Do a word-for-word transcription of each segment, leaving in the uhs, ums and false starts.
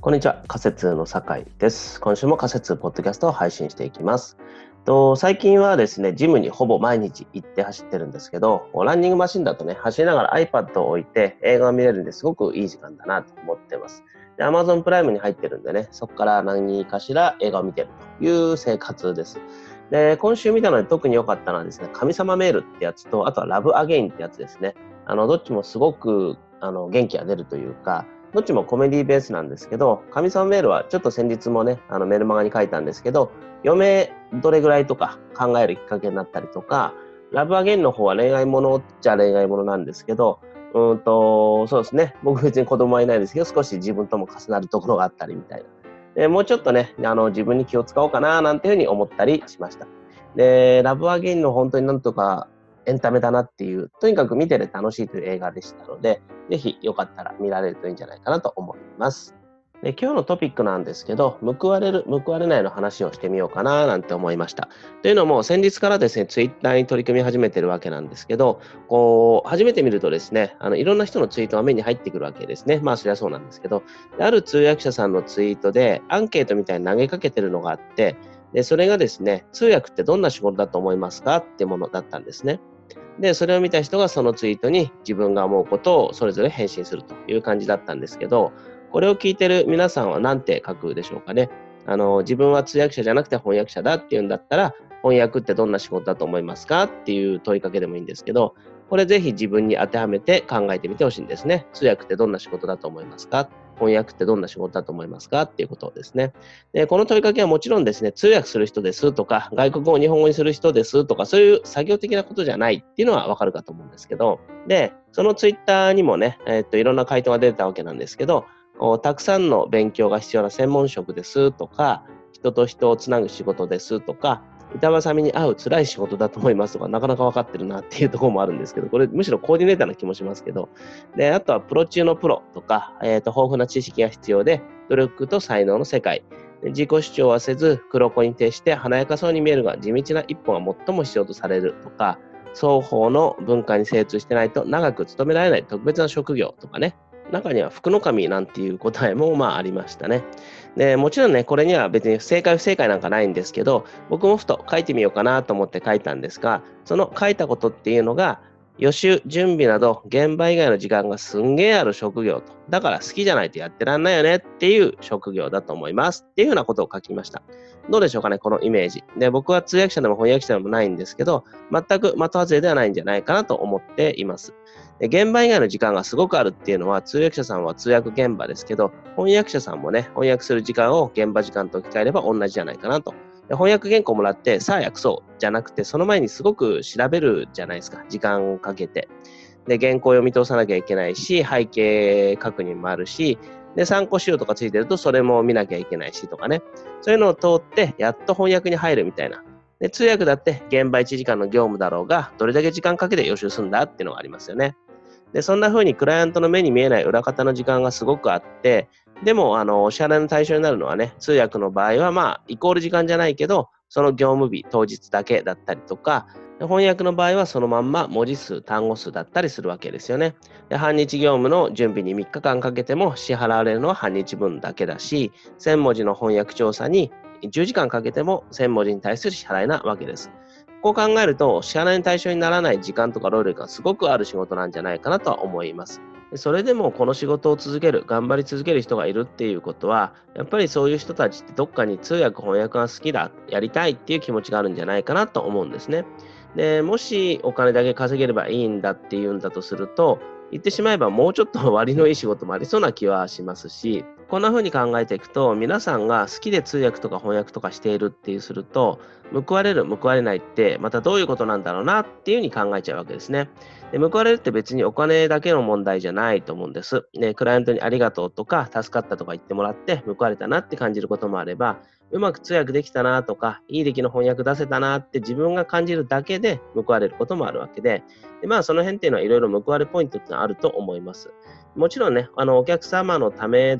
こんにちは、仮説の酒井です。今週も仮説ポッドキャストを配信していきます。と最近はですね、ジムにほぼ毎日行って走ってるんですけど、ランニングマシンだとね、走りながら iPad を置いて映画を見れるんですごくいい時間だなと思ってます。で、Amazon プライムに入ってるんでね、そこから何かしら映画を見てるという生活です。で、今週見たので特に良かったのはですね、神様メールってやつと、あとはラブアゲインってやつですね。あの、どっちもすごくあの元気が出るというか、どっちもコメディベースなんですけど、神様メールはちょっと先日もね、あのメルマガに書いたんですけど、余命どれぐらいとか考えるきっかけになったりとか、ラブアゲインの方は恋愛ものっちゃ恋愛ものなんですけど、うんと、そうですね、僕別に子供はいないですけど、少し自分とも重なるところがあったりみたいな。でもうちょっとね、あの自分に気を使おうかななんていうふうに思ったりしました。で、ラブアゲインの本当になんとかエンタメだなっていう、とにかく見てて楽しいという映画でしたので、ぜひよかったら見られるといいんじゃないかなと思います。で、今日のトピックなんですけど、報われる、報われないの話をしてみようかななんて思いました。というのも、先日からですね、ツイッターに取り組み始めてるわけなんですけど、こう、初めて見るとですね、あの、いろんな人のツイートが目に入ってくるわけですね。まあ、そりゃそうなんですけど、である通訳者さんのツイートで、アンケートみたいに投げかけてるのがあって、で、それがですね、通訳ってどんな仕事だと思いますかってものだったんですね。で、それを見た人がそのツイートに自分が思うことをそれぞれ返信するという感じだったんですけど、これを聞いてる皆さんは何て書くでしょうかね。あの、自分は通訳者じゃなくて翻訳者だっていうんだったら、翻訳ってどんな仕事だと思いますかっていう問いかけでもいいんですけど、これぜひ自分に当てはめて考えてみてほしいんですね。通訳ってどんな仕事だと思いますか？翻訳ってどんな仕事だと思いますかっていうことですね。で、この問いかけはもちろんですね、通訳する人ですとか、外国語を日本語にする人ですとか、そういう作業的なことじゃないっていうのはわかるかと思うんですけど、で、そのツイッターにもね、えーっと、いろんな回答が出てたわけなんですけど、たくさんの勉強が必要な専門職ですとか、人と人をつなぐ仕事ですとか、板挟みに合う辛い仕事だと思いますとか、なかなか分かってるなっていうところもあるんですけど、これむしろコーディネーターな気もしますけど、で、あとはプロ中のプロとか、えーと、豊富な知識が必要で、努力と才能の世界、自己主張はせず、黒子に徹して華やかそうに見えるが、地道な一本が最も必要とされるとか、双方の文化に精通してないと長く勤められない特別な職業とかね、中には福の神なんていう答えもまあありましたね。で、もちろんね、これには別に正解不正解なんかないんですけど、僕もふと書いてみようかなと思って書いたんですが、その書いたことっていうのが、予習、準備など現場以外の時間がすんげえある職業と。だから好きじゃないとやってらんないよねっていう職業だと思いますっていうふうなことを書きました。どうでしょうかね、このイメージ。で、僕は通訳者でも翻訳者でもないんですけど、全く的外れではないんじゃないかなと思っています。で、現場以外の時間がすごくあるっていうのは、通訳者さんは通訳現場ですけど、翻訳者さんもね、翻訳する時間を現場時間と置き換えれば同じじゃないかなと。で、翻訳原稿もらって、さあ訳そうじゃなくて、その前にすごく調べるじゃないですか。時間かけて。で、原稿を読み通さなきゃいけないし、背景確認もあるし、で、参考資料とかついてると、それも見なきゃいけないしとかね。そういうのを通って、やっと翻訳に入るみたいな。で、通訳だって現場いちじかんの業務だろうが、どれだけ時間かけて予習するんだっていうのがありますよね。で、そんな風にクライアントの目に見えない裏方の時間がすごくあって、でも、あの、お支払いの対象になるのはね、通訳の場合は、まあ、イコール時間じゃないけど、その業務日、当日だけだったりとか、翻訳の場合はそのまんま文字数、単語数だったりするわけですよね。で、半日業務の準備にみっかかんかけても支払われるのは半日分だけだし、せん文字の翻訳調査にじゅうじかんかけてもせん文字に対する支払いなわけです。こう考えると、支払いの対象にならない時間とか労力がすごくある仕事なんじゃないかなとは思います。それでもこの仕事を続ける、頑張り続ける人がいるっていうことは、やっぱりそういう人たちってどっかに通訳翻訳が好きだ、やりたいっていう気持ちがあるんじゃないかなと思うんですね。で、もしお金だけ稼げればいいんだっていうんだとすると、言ってしまえばもうちょっと割のいい仕事もありそうな気はしますし、こんな風に考えていくと、皆さんが好きで通訳とか翻訳とかしているっていうすると、報われる、報われないって、またどういうことなんだろうなっていうふうに考えちゃうわけですね。で、報われるって別にお金だけの問題じゃないと思うんです。で、クライアントにありがとうとか、助かったとか言ってもらって、報われたなって感じることもあれば、うまく通訳できたなとか、いい出来の翻訳出せたなって自分が感じるだけで報われることもあるわけで、でまあその辺っていうのはいろいろ報われるポイントってのはあると思います。もちろんね、あのお客様のためだとか、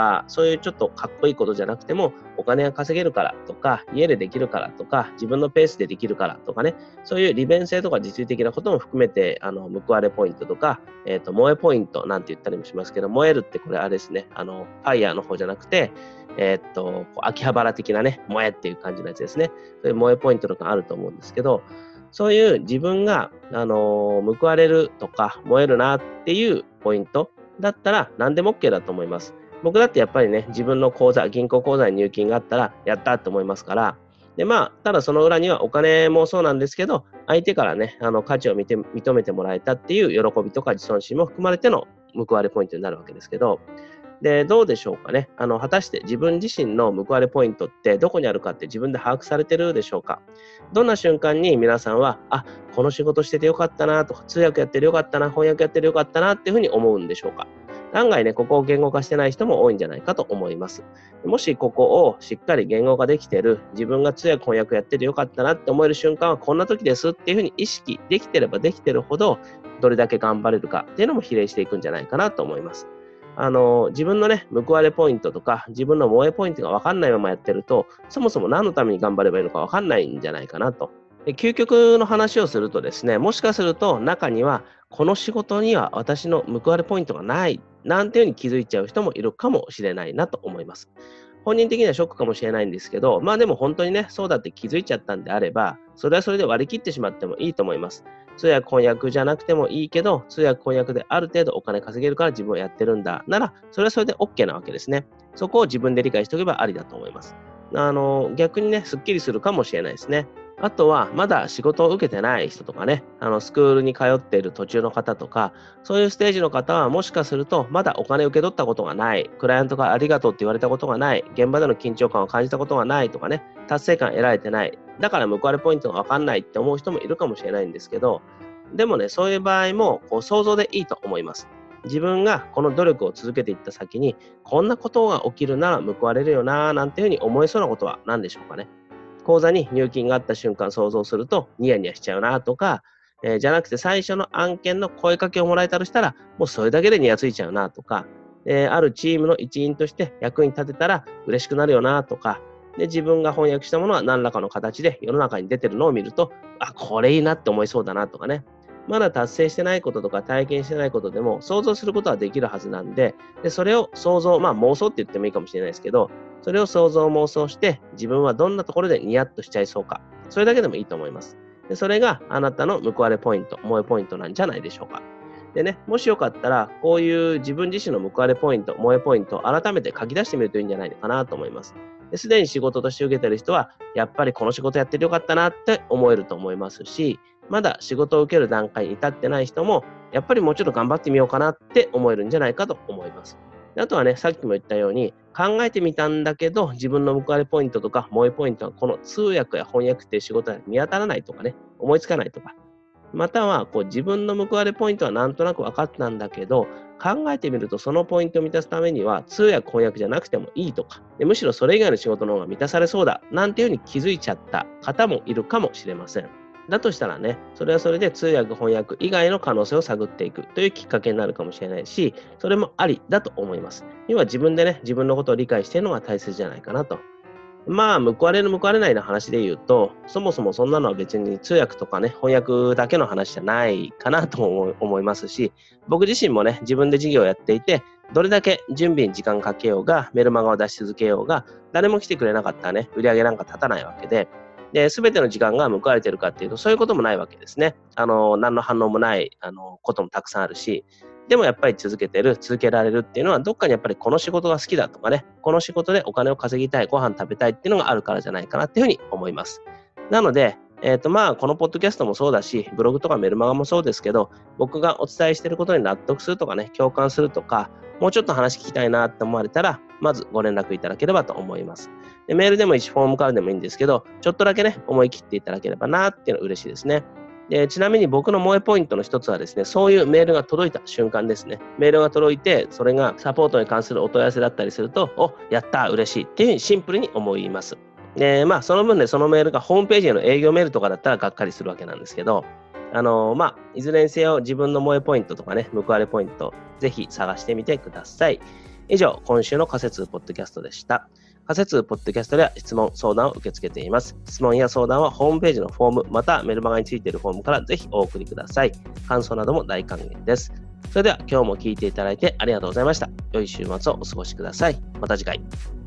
か、そういうちょっとかっこいいことじゃなくても、お金が稼げるからとか、家でできるからとか、自分のペースでできるからとかね、そういう利便性とか実利的なことも含めて、あの、報われポイントとか、えっと、萌えポイントなんて言ったりもしますけど、燃えるってこれあれですね、あの、ファイヤーの方じゃなくて、えっと、こう秋葉原的なね、萌えっていう感じのやつですね。そういう萌えポイントとかあると思うんですけど、そういう自分が、あのー報われるとか、燃えるなっていうポイントだったら何でも OK だと思います。僕だってやっぱりね、自分の口座、銀行口座に入金があったら、やったと思いますから、で、まあ、ただその裏にはお金もそうなんですけど、相手からね、あの価値を見て認めてもらえたっていう喜びとか自尊心も含まれての報われポイントになるわけですけど、で、どうでしょうかね。あの、果たして自分自身の報われポイントってどこにあるかって自分で把握されてるでしょうか。どんな瞬間に皆さんは、あ、この仕事しててよかったなとか、通訳やってるよかったな、翻訳やってるよかったなっていうふうに思うんでしょうか。案外ね、ここを言語化してない人も多いんじゃないかと思います。もしここをしっかり言語化できてる、自分が通訳翻訳やっててよかったなって思える瞬間はこんな時ですっていうふうに意識できてればできてるほど、どれだけ頑張れるかっていうのも比例していくんじゃないかなと思います。あの、自分のね、報われポイントとか、自分の萌えポイントが分かんないままやってると、そもそも何のために頑張ればいいのか分かんないんじゃないかなと。で、究極の話をするとですね、もしかすると中には、この仕事には私の報われポイントがない、なんていうふうに気づいちゃう人もいるかもしれないなと思います。本人的にはショックかもしれないんですけど、まあでも本当にね、そうだって気づいちゃったんであれば、それはそれで割り切ってしまってもいいと思います。通訳翻訳じゃなくてもいいけど、通訳翻訳である程度お金稼げるから自分はやってるんだなら、それはそれで OK なわけですね。そこを自分で理解しておけばありだと思います。あの、逆にね、すっきりするかもしれないですね。あとは、まだ仕事を受けてない人とかね、あの、スクールに通っている途中の方とか、そういうステージの方は、もしかすると、まだお金を受け取ったことがない、クライアントがありがとうって言われたことがない、現場での緊張感を感じたことがないとかね、達成感得られてない、だから報われポイントがわかんないって思う人もいるかもしれないんですけど、でもね、そういう場合も、こう、想像でいいと思います。自分がこの努力を続けていった先に、こんなことが起きるなら報われるよな、なんていうふうに思えそうなことは何でしょうかね。口座に入金があった瞬間想像するとニヤニヤしちゃうなとか、えーじゃなくて最初の案件の声かけをもらえたとしたら、もうそれだけでニヤついちゃうなとか、えーあるチームの一員として役に立てたら嬉しくなるよなとか、で、自分が翻訳したものは何らかの形で世の中に出てるのを見ると、あ、これいいなって思いそうだなとかね。まだ達成してないこととか体験してないことでも想像することはできるはずなんで、でそれを想像、まあ妄想って言ってもいいかもしれないですけど、それを想像妄想して自分はどんなところでニヤッとしちゃいそうか。それだけでもいいと思います。でそれがあなたの報われポイント、萌えポイントなんじゃないでしょうか。でね、もしよかったら、こういう自分自身の報われポイント、萌えポイントを改めて書き出してみるといいんじゃないかなと思います。すでに仕事として受けてる人は、やっぱりこの仕事やっててよかったなって思えると思いますし、まだ仕事を受ける段階に至ってない人も、やっぱりもうちょっと頑張ってみようかなって思えるんじゃないかと思います。であとはね、さっきも言ったように、考えてみたんだけど、自分の報われポイントとか萌えポイントはこの通訳や翻訳っていう仕事は見当たらないとかね、思いつかないとか、またはこう自分の報われポイントはなんとなく分かったんだけど、考えてみるとそのポイントを満たすためには通訳翻訳じゃなくてもいいとか、でむしろそれ以外の仕事の方が満たされそうだなんていうふうに気づいちゃった方もいるかもしれません。だとしたらね、それはそれで通訳翻訳以外の可能性を探っていくというきっかけになるかもしれないし、それもありだと思います。要は自分でね、自分のことを理解しているのが大切じゃないかなと。まあ、報われる報われないの話で言うと、そもそもそんなのは別に通訳とかね、翻訳だけの話じゃないかなと思思いますし、僕自身もね、自分で事業をやっていて、どれだけ準備に時間かけようが、メルマガを出し続けようが、誰も来てくれなかったらね、売り上げなんか立たないわけで、で、すべての時間が報われてるかっていうと、そういうこともないわけですね。あの、何の反応もない、あの、こともたくさんあるし、でもやっぱり続けてる、続けられるっていうのは、どっかにやっぱりこの仕事が好きだとかね、この仕事でお金を稼ぎたい、ご飯食べたいっていうのがあるからじゃないかなっていうふうに思います。なので、えっとまあ、このポッドキャストもそうだし、ブログとかメルマガもそうですけど、僕がお伝えしていることに納得するとかね、共感するとか、もうちょっと話聞きたいなって思われたら、まずご連絡いただければと思います。でメールでもいいし、フォームからでもいいんですけど、ちょっとだけね、思い切っていただければなっていうのは嬉しいですね。でちなみに僕の萌えポイントの一つはですね、そういうメールが届いた瞬間ですね。メールが届いて、それがサポートに関するお問い合わせだったりすると、お、やった、嬉しいっていうふうにシンプルに思います。で、まあ、その分でそのメールがホームページへの営業メールとかだったらがっかりするわけなんですけど、あのー、まあ、いずれにせよ自分の萌えポイントとかね、報われポイント、ぜひ探してみてください。 以上、今週の仮説ポッドキャストでした。仮説ポッドキャストでは質問、相談を受け付けています。質問や相談はホームページのフォーム、またメルマガについているフォームからぜひお送りください。感想なども大歓迎です。それでは今日も聞いていただいてありがとうございました。良い週末をお過ごしください。また次回。